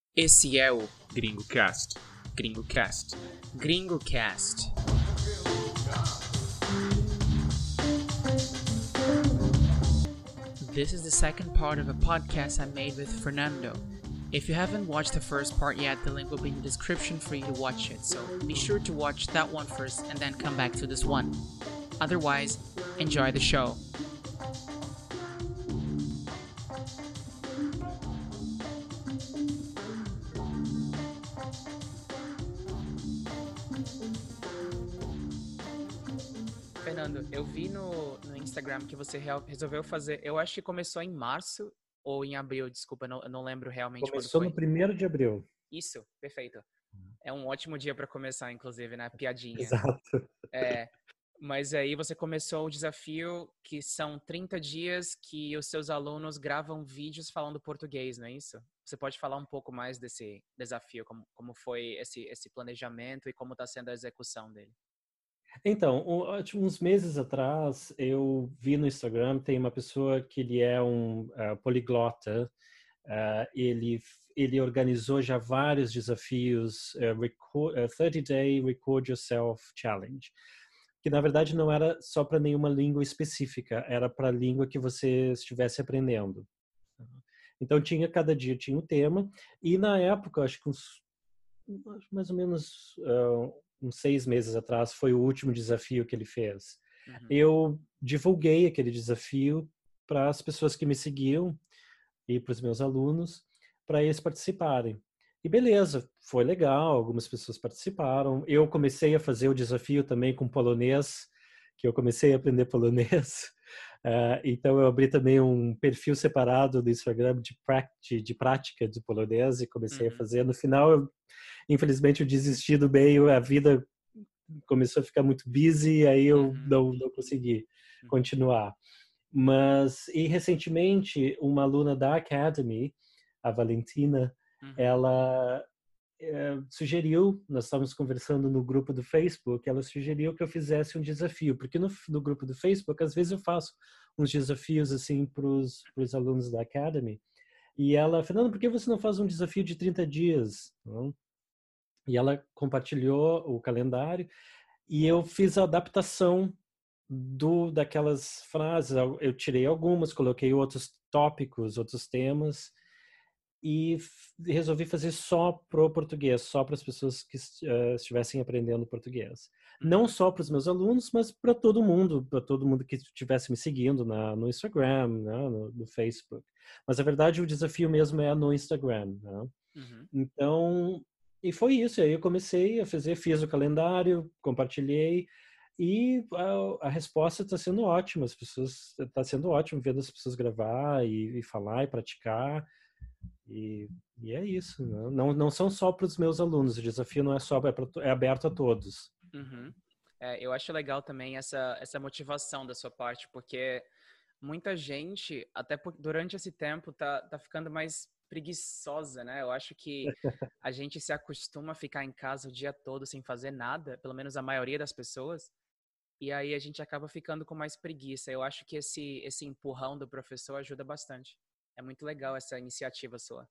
Esse é o GringoCast. GringoCast. GringoCast. This is the second part of a podcast I made with Fernando. If you haven't watched the first part yet, the link will be in the description for you to watch it, so be sure to watch that one first and then come back to this one. Otherwise, enjoy the show. Fernando, eu vi no Instagram que você resolveu fazer, eu acho que começou em março ou em abril, desculpa, eu não lembro realmente quando Começou foi. no 1º de abril. Isso, perfeito. É um ótimo dia para começar, inclusive, né? Piadinha. Exato. Mas aí você começou o desafio que são 30 dias que os seus alunos gravam vídeos falando português, não é isso? Você pode falar um pouco mais desse desafio, como foi esse planejamento e como está sendo a execução dele? Então, uns meses atrás, eu vi no Instagram, tem uma pessoa que ele é um poliglota. Ele organizou já vários desafios, 30-Day Record Yourself Challenge, que na verdade não era só para nenhuma língua específica, era para a língua que você estivesse aprendendo. Então, cada dia tinha um tema, e na época, acho que mais ou menos uns 6 meses atrás, foi o último desafio que ele fez. Uhum. Eu divulguei aquele desafio para as pessoas que me seguiam e para os meus alunos, para eles participarem. E beleza, foi legal, algumas pessoas participaram. Eu comecei a fazer o desafio também com polonês, que eu comecei a aprender polonês. Então eu abri também um perfil separado do Instagram de prática de polonês e comecei a fazer. No final, infelizmente, eu desisti do meio, a vida começou a ficar muito busy, aí eu não consegui continuar. E recentemente, uma aluna da Academy, a Valentina, ela sugeriu, nós estávamos conversando no grupo do Facebook, ela sugeriu que eu fizesse um desafio, porque no grupo do Facebook, às vezes eu faço uns desafios assim para os alunos da Academy, e ela, Fernando, por que você não faz um desafio de 30 dias? Não? E ela compartilhou o calendário, e eu fiz a adaptação daquelas frases. Eu tirei algumas, coloquei outros tópicos, outros temas, e resolvi fazer só pro português, só para as pessoas que estivessem aprendendo português. Não só para os meus alunos, mas para todo mundo que estivesse me seguindo no Instagram, né, no Facebook. Mas a verdade, o desafio mesmo é no Instagram, né? Então, e foi isso. Aí eu comecei a fazer, fiz o calendário, compartilhei, e a resposta está sendo ótima. Está sendo ótimo vendo as pessoas gravar e falar e praticar. E é isso. Né? Não são só para os meus alunos. O desafio não é só, é aberto a todos. Eu acho legal também essa motivação da sua parte, porque muita gente, durante esse tempo, tá ficando mais preguiçosa, né? Eu acho que a gente se acostuma a ficar em casa o dia todo sem fazer nada, pelo menos a maioria das pessoas, e aí a gente acaba ficando com mais preguiça. Eu acho que esse empurrão do professor ajuda bastante. É muito legal essa iniciativa sua.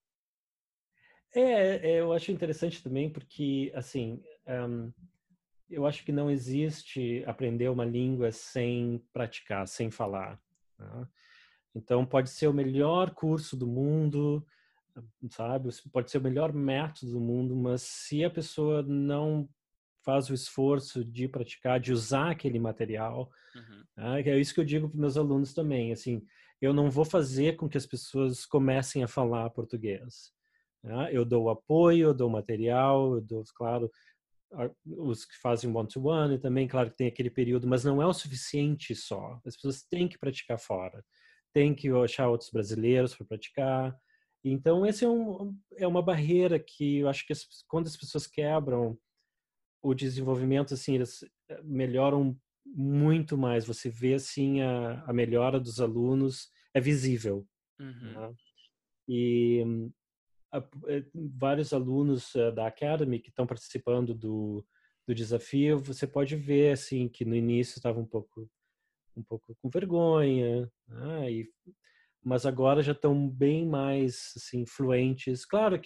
Eu acho interessante também porque, assim, eu acho que não existe aprender uma língua sem praticar, sem falar. Né? Então, pode ser o melhor curso do mundo, sabe? Pode ser o melhor método do mundo, mas se a pessoa não faz o esforço de praticar, de usar aquele material, é isso que eu digo para meus alunos também. Assim, eu não vou fazer com que as pessoas comecem a falar português. Né? Eu dou apoio, eu dou material, eu dou, claro, os que fazem one-to-one, também, claro que tem aquele período, mas não é o suficiente só. As pessoas têm que praticar fora, têm que achar outros brasileiros para praticar. Então, esse é uma barreira que eu acho que quando as pessoas quebram o desenvolvimento, assim, eles melhoram muito mais. Você vê, assim, a melhora dos alunos é visível. Né? E vários alunos da Academy que estão participando do desafio, você pode ver assim que no início estava um pouco com vergonha, né? Mas agora já estão bem mais assim fluentes. Claro que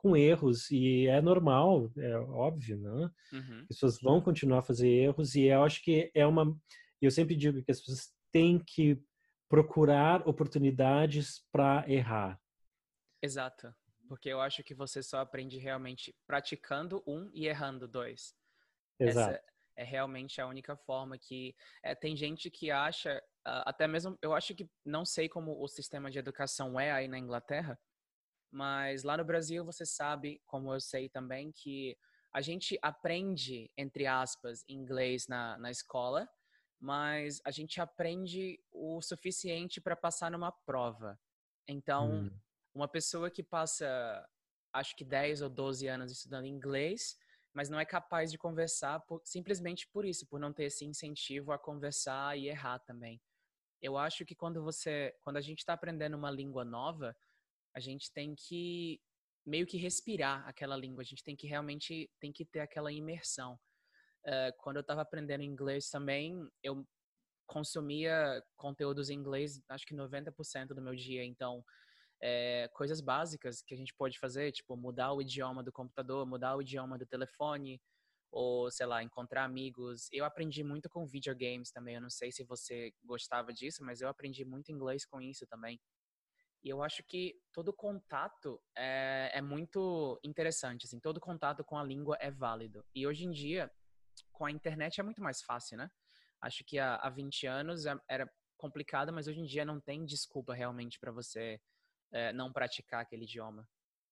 com erros, e é normal, é óbvio, né? Uhum. As pessoas vão continuar a fazer erros, e eu acho que eu sempre digo que as pessoas têm que procurar oportunidades para errar. Exato. Porque eu acho que você só aprende realmente praticando e errando dois. Essa Exato. é realmente a única forma que... tem gente que acha, até mesmo, eu acho que, não sei como o sistema de educação é aí na Inglaterra, mas lá no Brasil você sabe, como eu sei também, que a gente aprende, entre aspas, inglês na escola, mas a gente aprende o suficiente para passar numa prova. Então, Hum. uma pessoa que passa, acho que 10 ou 12 anos estudando inglês, mas não é capaz de conversar simplesmente por isso, por não ter esse incentivo a conversar e errar também. Eu acho que quando a gente está aprendendo uma língua nova, a gente tem que meio que respirar aquela língua, a gente tem que ter aquela imersão. Quando eu estava aprendendo inglês também, eu consumia conteúdos em inglês, acho que 90% do meu dia, então coisas básicas que a gente pode fazer, tipo mudar o idioma do computador, mudar o idioma do telefone, ou sei lá, encontrar amigos. Eu aprendi muito com videogames também, eu não sei se você gostava disso, mas eu aprendi muito inglês com isso também. E eu acho que todo contato é muito interessante, assim, todo contato com a língua é válido. E hoje em dia, com a internet é muito mais fácil, né? Acho que há 20 anos era complicado, mas hoje em dia não tem desculpa realmente para você não praticar aquele idioma.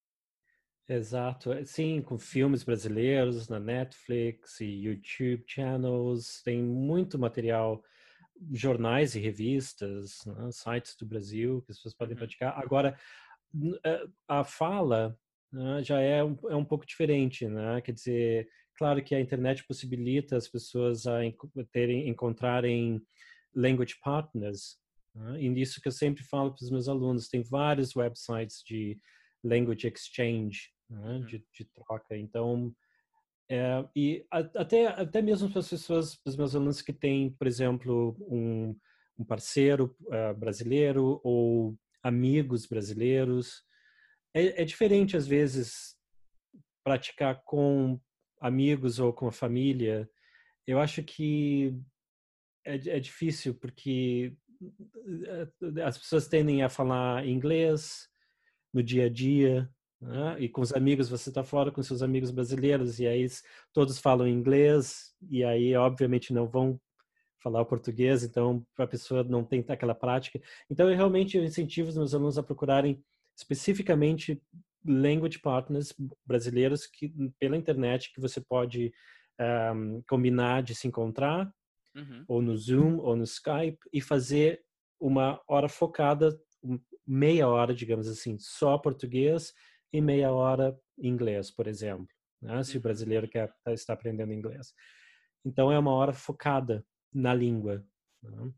Exato. Sim, com filmes brasileiros na Netflix e YouTube channels, tem muito material, jornais e revistas, né, sites do Brasil que as pessoas podem Uhum, praticar. Agora, a fala, né, já é um pouco diferente, né? Quer dizer, claro que a internet possibilita as pessoas a encontrarem language partners, né? E nisso que eu sempre falo para os meus alunos, tem vários websites de language exchange, né? uhum, De troca. Então, até mesmo para as pessoas, para os meus alunos que têm, por exemplo, um parceiro brasileiro ou amigos brasileiros, é diferente às vezes praticar com amigos ou com a família. Eu acho que é difícil porque as pessoas tendem a falar inglês no dia a dia, né? uhum. E com os amigos, você está fora com seus amigos brasileiros, e aí todos falam inglês, e aí obviamente não vão falar o português, então a pessoa não tem aquela prática. Então eu incentivo os meus alunos a procurarem especificamente language partners brasileiros que pela internet que você pode combinar de se encontrar, Uhum, ou no Zoom, ou no Skype, e fazer uma hora focada, meia hora, digamos assim, só português e meia hora inglês, por exemplo, né? Se o uhum, brasileiro está aprendendo inglês. Então, é uma hora focada na língua, né?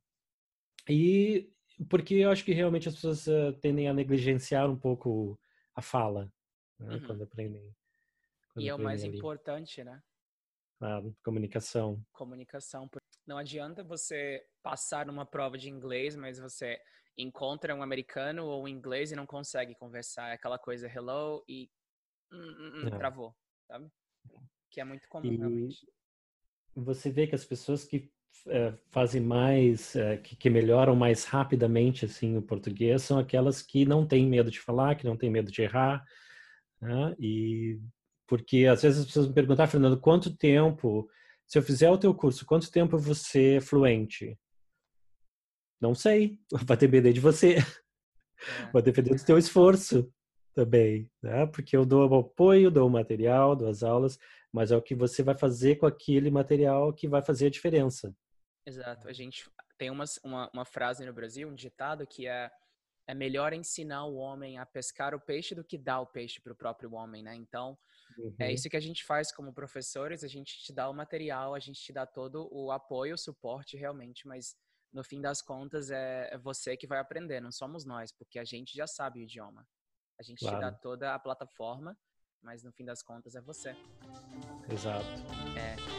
E porque eu acho que realmente as pessoas tendem a negligenciar um pouco a fala, né? uhum. Quando E é o mais aprendem a língua, importante, né? a comunicação. Comunicação. Não adianta você passar numa prova de inglês, mas você encontra um americano ou um inglês e não consegue conversar. É aquela coisa hello e Né? travou, sabe? Que é muito comum, E realmente. você vê que as pessoas que fazem mais, que melhoram mais rapidamente assim o português são aquelas que não têm medo de falar, que não têm medo de errar, né? E porque às vezes as pessoas me perguntam, Fernando, quanto tempo, se eu fizer o teu curso, quanto tempo você é fluente? Não sei, vai depender de você, É, vai depender do teu esforço também, né? Porque eu dou o apoio, dou o material, dou as aulas, mas é o que você vai fazer com aquele material que vai fazer a diferença. exato. A gente tem uma frase no Brasil, um ditado que é melhor ensinar o homem a pescar o peixe do que dar o peixe para o próprio homem, né? Então, é Uhum, isso que a gente faz como professores, a gente te dá o material, a gente te dá todo o apoio, o suporte realmente, mas no fim das contas é você que vai aprender, não somos nós, porque a gente já sabe o idioma. A gente te dá claro, toda a plataforma, mas no fim das contas é você. exato. É,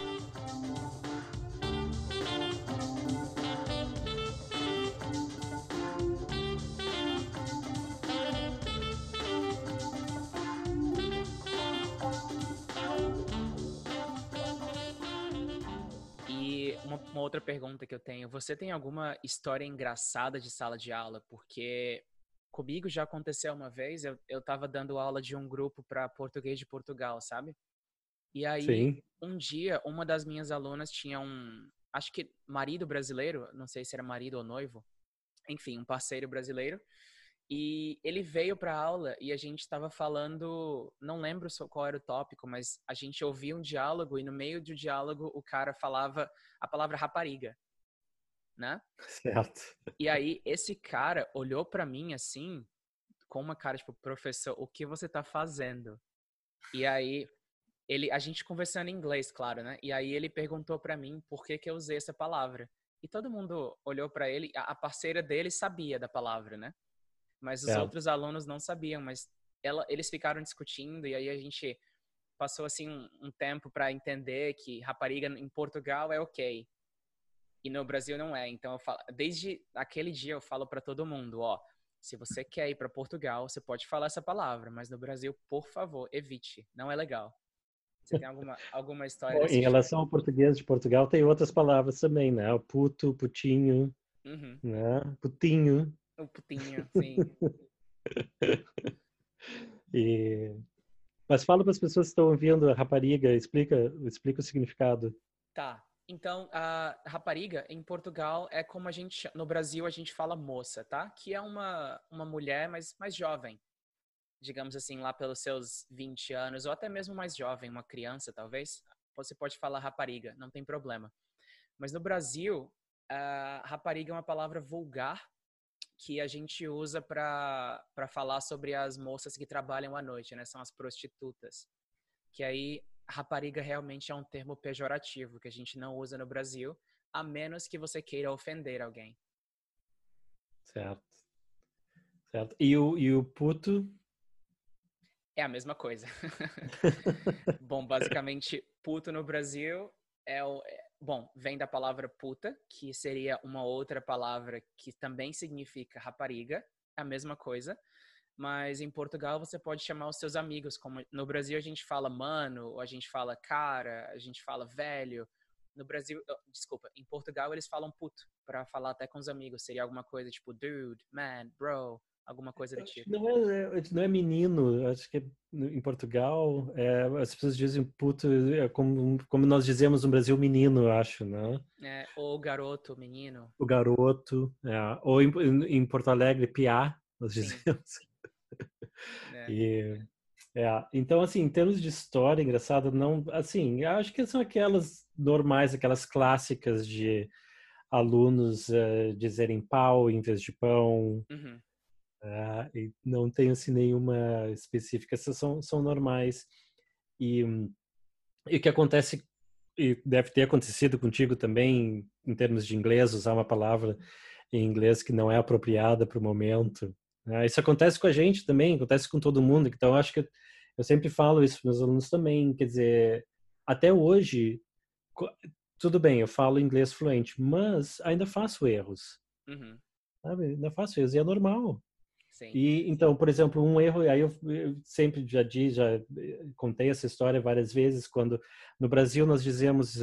uma outra pergunta que eu tenho. Você tem alguma história engraçada de sala de aula? Porque comigo já aconteceu uma vez, eu tava dando aula de um grupo para português de Portugal, sabe? E aí, Sim, um dia, uma das minhas alunas tinha acho que marido brasileiro, não sei se era marido ou noivo, enfim, um parceiro brasileiro. E ele veio para aula e a gente estava falando, não lembro qual era o tópico, mas a gente ouvia um diálogo e no meio do diálogo o cara falava a palavra rapariga, né? certo. E aí esse cara olhou para mim assim, com uma cara tipo, professor, o que você tá fazendo? E aí a gente conversando em inglês, claro, né? E aí ele perguntou para mim por que que eu usei essa palavra. E todo mundo olhou para ele, a parceira dele sabia da palavra, né? Mas os Certo. outros alunos não sabiam, mas eles ficaram discutindo e aí a gente passou assim um tempo para entender que rapariga em Portugal é ok e no Brasil não é. Então desde aquele dia eu falo para todo mundo, ó, se você quer ir para Portugal, você pode falar essa palavra, mas no Brasil, por favor, evite, não é legal. Você tem alguma história Bom, desse em tipo? relação ao português de Portugal, tem outras palavras também, né? O puto, putinho, Uhum. né? Putinho. O putinho, sim. E... Mas fala para as pessoas que estão ouvindo a rapariga, explica o significado. Tá. Então, a rapariga em Portugal é como no Brasil a gente fala moça, tá? Que é uma mulher mais jovem, digamos assim, lá pelos seus 20 anos, ou até mesmo mais jovem, uma criança talvez. Você pode falar rapariga, não tem problema. Mas no Brasil, rapariga é uma palavra vulgar que a gente usa para falar sobre as moças que trabalham à noite, né? São as prostitutas. Que aí rapariga realmente é um termo pejorativo que a gente não usa no Brasil, a menos que você queira ofender alguém. Certo, certo. E o puto? É a mesma coisa. Bom, basicamente, puto no Brasil bom, vem da palavra puta, que seria uma outra palavra que também significa rapariga, é a mesma coisa. Mas em Portugal você pode chamar os seus amigos, como no Brasil a gente fala mano, ou a gente fala cara, a gente fala velho. No Brasil, desculpa, em Portugal eles falam puto, para falar até com os amigos. Seria alguma coisa tipo dude, man, bro, alguma coisa do Acho que tipo. não é menino, acho que em Portugal as pessoas dizem puto como nós dizemos no Brasil menino, eu acho, né? É, ou garoto, menino. O garoto, ou em Porto Alegre, piá, nós Sim, dizemos. né? E, então, assim, em termos de história, engraçado, não, assim, eu acho que são aquelas normais, aquelas clássicas de alunos dizerem pau em vez de pão, Uhum, e não tem, assim, nenhuma específica, essas são normais. E, e o que acontece, e deve ter acontecido contigo também, em termos de inglês, usar uma palavra em inglês que não é apropriada para o momento, né? Isso acontece com a gente também, acontece com todo mundo. Então, eu acho que eu sempre falo isso para meus alunos também. Quer dizer, até hoje, co- tudo bem, eu falo inglês fluente, mas ainda faço erros, uhum, sabe? Ainda faço erros e é normal. sim. E então, por exemplo, um erro, aí eu sempre já contei essa história várias vezes, quando no Brasil nós dizemos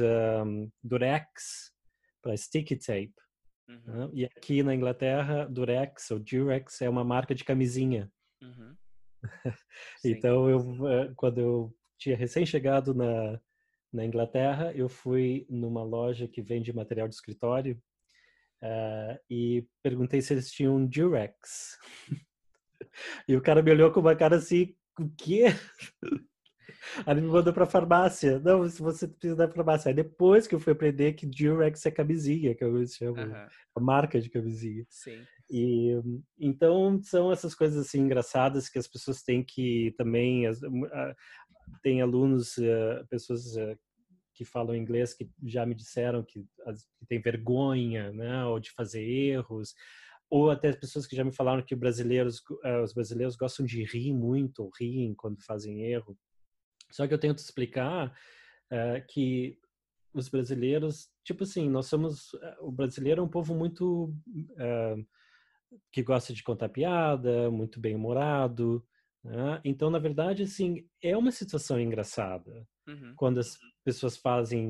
Durex para sticky tape, Uhum, né? E aqui na Inglaterra, Durex ou Durex é uma marca de camisinha. uhum, sim. Então, quando eu tinha recém-chegado na Inglaterra, eu fui numa loja que vende material de escritório, e perguntei se eles tinham Durex. E o cara me olhou com uma cara assim, o quê? Aí ele me mandou pra farmácia. Não, se você precisa da farmácia. Aí depois que eu fui aprender que Durex é camisinha, que eu chamo, Aham, a marca de camisinha. sim. E então são essas coisas assim engraçadas que as pessoas têm que também tem alunos, pessoas que falam inglês que já me disseram que tem vergonha, né, ou de fazer erros, ou até pessoas que já me falaram que os brasileiros gostam de rir muito, ou riem quando fazem erro. Só que eu tento explicar que os brasileiros, tipo assim, o brasileiro é um povo muito que gosta de contar piada, muito bem-humorado, né? Então, na verdade, assim, é uma situação engraçada Uhum, quando as pessoas fazem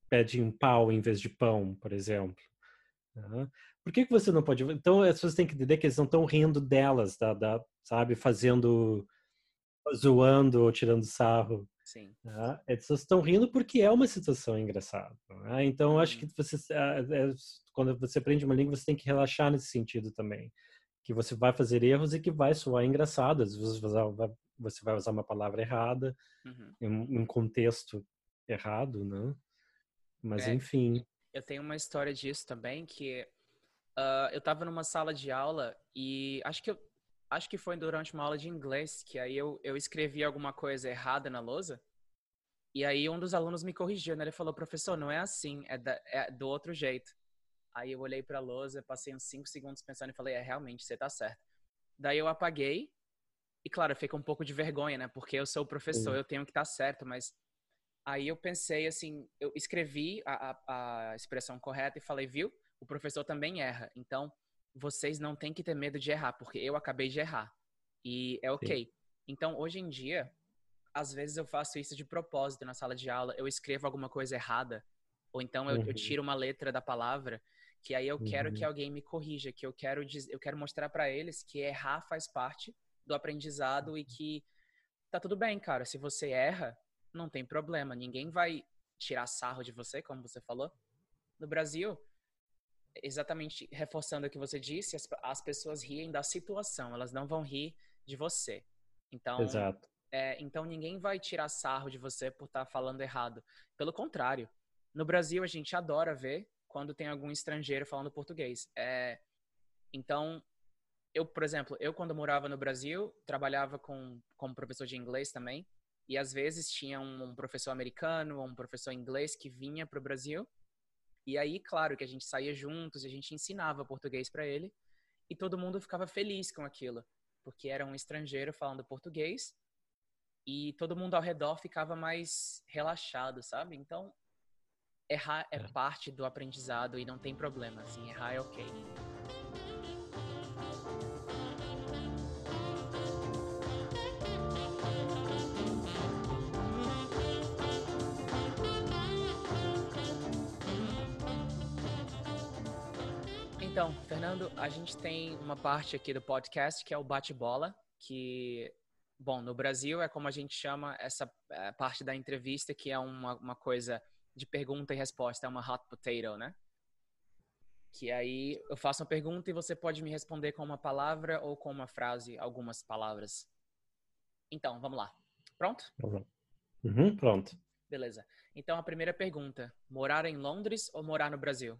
pedem um pau em vez de pão, por exemplo. Né? Por que você não pode... Então, as pessoas têm que entender que eles não estão rindo delas, sabe? Fazendo, zoando ou tirando sarro. Sim. Né? As pessoas estão rindo porque é uma situação engraçada. Né? Então, eu acho que quando você aprende uma língua, você tem que relaxar nesse sentido também. Que você vai fazer erros e que vai soar engraçado. Às vezes você vai usar uma palavra errada, Uhum. em um contexto errado, né? Mas, É, enfim. eu tenho uma história disso também, que eu tava numa sala de aula e acho que foi durante uma aula de inglês, que aí eu escrevi alguma coisa errada na lousa, e aí um dos alunos me corrigiu, né? Ele falou, professor, não é assim, é do outro jeito. Aí eu olhei pra lousa, passei uns 5 segundos pensando e falei, realmente, você tá certo. Daí eu apaguei, e claro, fica um pouco de vergonha, né? Porque eu sou o professor, eu tenho que estar certo, mas aí eu pensei assim, eu escrevi a expressão correta e falei, viu? O professor também erra. Então, vocês não têm que ter medo de errar, porque eu acabei de errar. E é Sim. ok. Então, hoje em dia, às vezes eu faço isso de propósito na sala de aula. Eu escrevo alguma coisa errada, ou então eu Uhum, tiro uma letra da palavra, que aí eu quero que uhum. alguém me corrija, que eu quero mostrar para eles que errar faz parte do aprendizado e que tá tudo bem, cara. Se você erra, não tem problema. Ninguém vai tirar sarro de você, como você falou. No Brasil, exatamente reforçando o que você disse, as pessoas riem da situação, elas não vão rir de você. Então, Exato. então ninguém vai tirar sarro de você por estar falando errado. Pelo contrário, no Brasil a gente adora ver quando tem algum estrangeiro falando português. Então, eu, por exemplo, eu quando morava no Brasil, trabalhava como professor de inglês também, e às vezes tinha um professor americano ou um professor inglês que vinha para o Brasil, e aí, claro, que a gente saía juntos, e a gente ensinava português para ele, e todo mundo ficava feliz com aquilo, porque era um estrangeiro falando português, e todo mundo ao redor ficava mais relaxado, sabe? Então, errar é É. parte do aprendizado e não tem problema, assim, errar é ok. Então, Fernando, a gente tem uma parte aqui do podcast que é o bate-bola, que, bom, no Brasil é como a gente chama essa parte da entrevista, que é uma coisa de pergunta e resposta, é uma hot potato, né? Que aí eu faço uma pergunta e você pode me responder com uma palavra ou com uma frase, algumas palavras. Então, vamos lá. Pronto? Uhum, pronto. Beleza. Então, a primeira pergunta: morar em Londres ou morar no Brasil?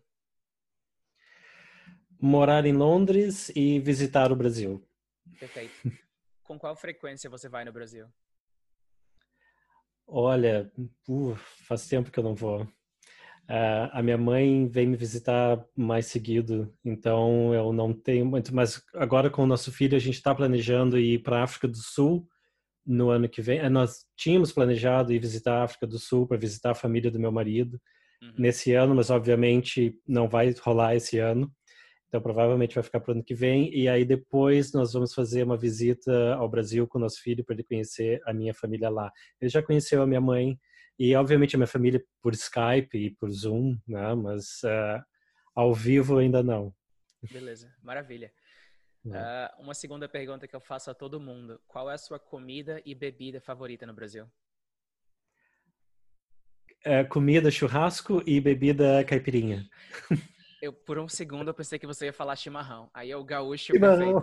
Morar em Londres e visitar o Brasil. Perfeito. Com qual frequência você vai no Brasil? Olha, faz tempo que eu não vou. A minha mãe vem me visitar mais seguido, então eu não tenho muito. Mas agora com o nosso filho, a gente está planejando ir para a África do Sul no ano que vem. Nós tínhamos planejado ir visitar a África do Sul para visitar a família do meu marido Uhum. nesse ano, mas obviamente não vai rolar esse ano. Então, provavelmente vai ficar para o ano que vem. E aí, depois, nós vamos fazer uma visita ao Brasil com o nosso filho para ele conhecer a minha família lá. Ele já conheceu a minha mãe e, obviamente, a minha família por Skype e por Zoom, né? Mas ao vivo ainda não. Beleza, maravilha. Né? Uma segunda pergunta que eu faço a todo mundo: qual é a sua comida e bebida favorita no Brasil? Comida, churrasco e bebida caipirinha. Por um segundo, eu pensei que você ia falar chimarrão. Aí é o gaúcho Chimarrão. perfeito.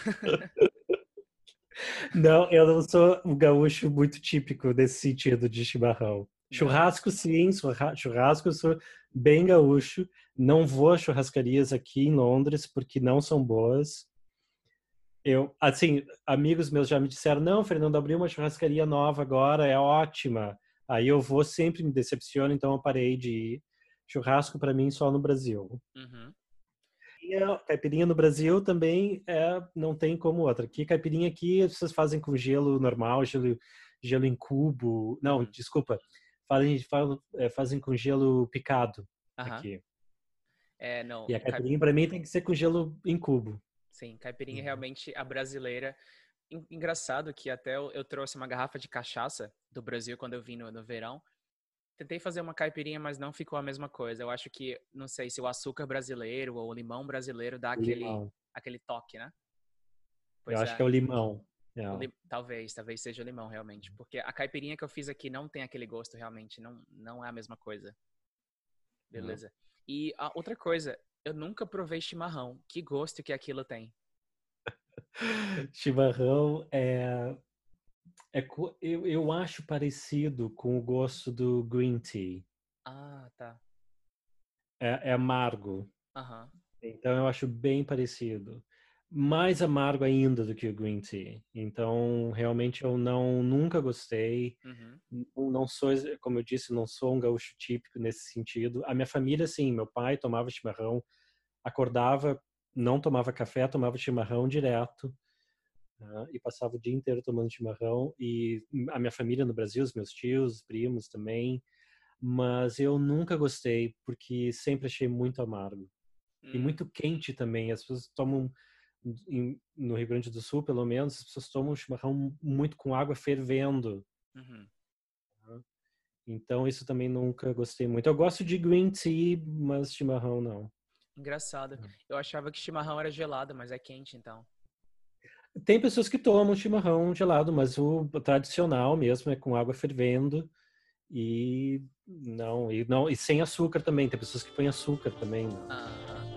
Não, eu não sou um gaúcho muito típico desse sentido de chimarrão. Não? Churrasco, sim, churrasco eu sou bem gaúcho. Não vou a churrascarias aqui em Londres porque não são boas. Assim, amigos meus já me disseram: não, Fernando, abriu uma churrascaria nova agora, é ótima. Aí eu vou, sempre me decepciono, então eu parei de ir. Churrasco para mim só no Brasil. Uhum. E a caipirinha no Brasil também não tem como outra. Aqui, caipirinha aqui, vocês fazem com gelo normal, gelo em cubo. Não, Uhum. desculpa. Fazem com gelo picado Aham. aqui. Não. E a caipirinha, para mim, tem que ser com gelo em cubo. Sim, caipirinha é realmente a brasileira. Engraçado que até eu trouxe uma garrafa de cachaça do Brasil quando eu vim no verão. tentei fazer uma caipirinha, mas não ficou a mesma coisa. Eu acho que, não sei se o açúcar brasileiro ou o limão brasileiro dá Limão. aquele toque, né? Eu Pois acho é. que é o limão. É. Talvez seja o limão, realmente. Porque a caipirinha que eu fiz aqui não tem aquele gosto, realmente. Não é a mesma coisa. É. Beleza. E a outra coisa, eu nunca provei chimarrão. Que gosto que aquilo tem? Chimarrão eu acho parecido com o gosto do green tea. Ah, tá. É amargo. Aham. Então eu acho bem parecido. Mais amargo ainda do que o green tea. Então realmente eu nunca gostei. Uhum. Não sou, como eu disse, não sou um gaúcho típico nesse sentido. A minha família, sim, meu pai tomava chimarrão, acordava, não tomava café, tomava chimarrão direto, né, e passava o dia inteiro tomando chimarrão. E a minha família no Brasil, os meus tios, primos também. Mas eu nunca gostei, porque sempre achei muito amargo. E Hum, muito quente também. As pessoas tomam, no Rio Grande do Sul, pelo menos, as pessoas tomam chimarrão muito com água fervendo. uhum. Né? Então, isso também nunca gostei muito. Eu gosto de green tea, mas chimarrão não. Engraçado. Eu achava que chimarrão era gelado, mas é quente, então. Tem pessoas que tomam chimarrão gelado, mas o tradicional mesmo é com água fervendo e sem açúcar também. Tem pessoas que põem açúcar também, né? Aham.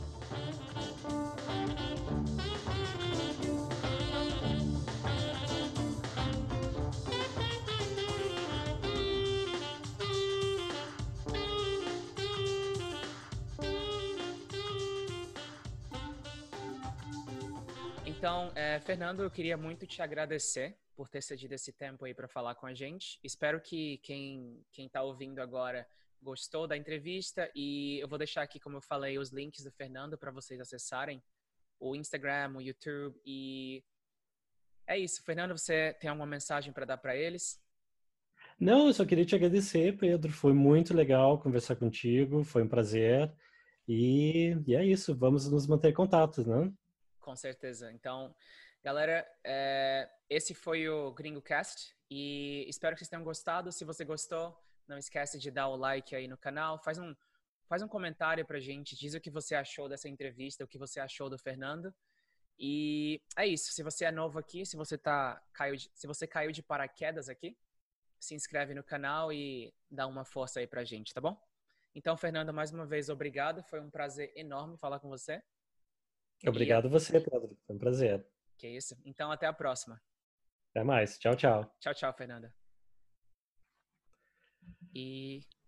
Então, Fernando, eu queria muito te agradecer por ter cedido esse tempo aí para falar com a gente. Espero que quem está ouvindo agora gostou da entrevista e eu vou deixar aqui, como eu falei, os links do Fernando para vocês acessarem o Instagram, o YouTube e é isso. Fernando, você tem alguma mensagem para dar para eles? Não, eu só queria te agradecer, Pedro. Foi muito legal conversar contigo, foi um prazer. E é isso, vamos nos manter em contato, né? Com certeza. Então, galera, esse foi o Gringo Cast e espero que vocês tenham gostado. Se você gostou, não esquece de dar o like aí no canal. Faz um comentário pra gente, diz o que você achou dessa entrevista, o que você achou do Fernando. E é isso. Se você é novo aqui, se você caiu de paraquedas aqui, se inscreve no canal e dá uma força aí pra gente, tá bom? Então, Fernando, mais uma vez, obrigado. Foi um prazer enorme falar com você. E Obrigado a você, Pedro. Foi um prazer. que isso. Então, até a próxima. Até mais. Tchau, tchau. Tchau, tchau, Fernanda. E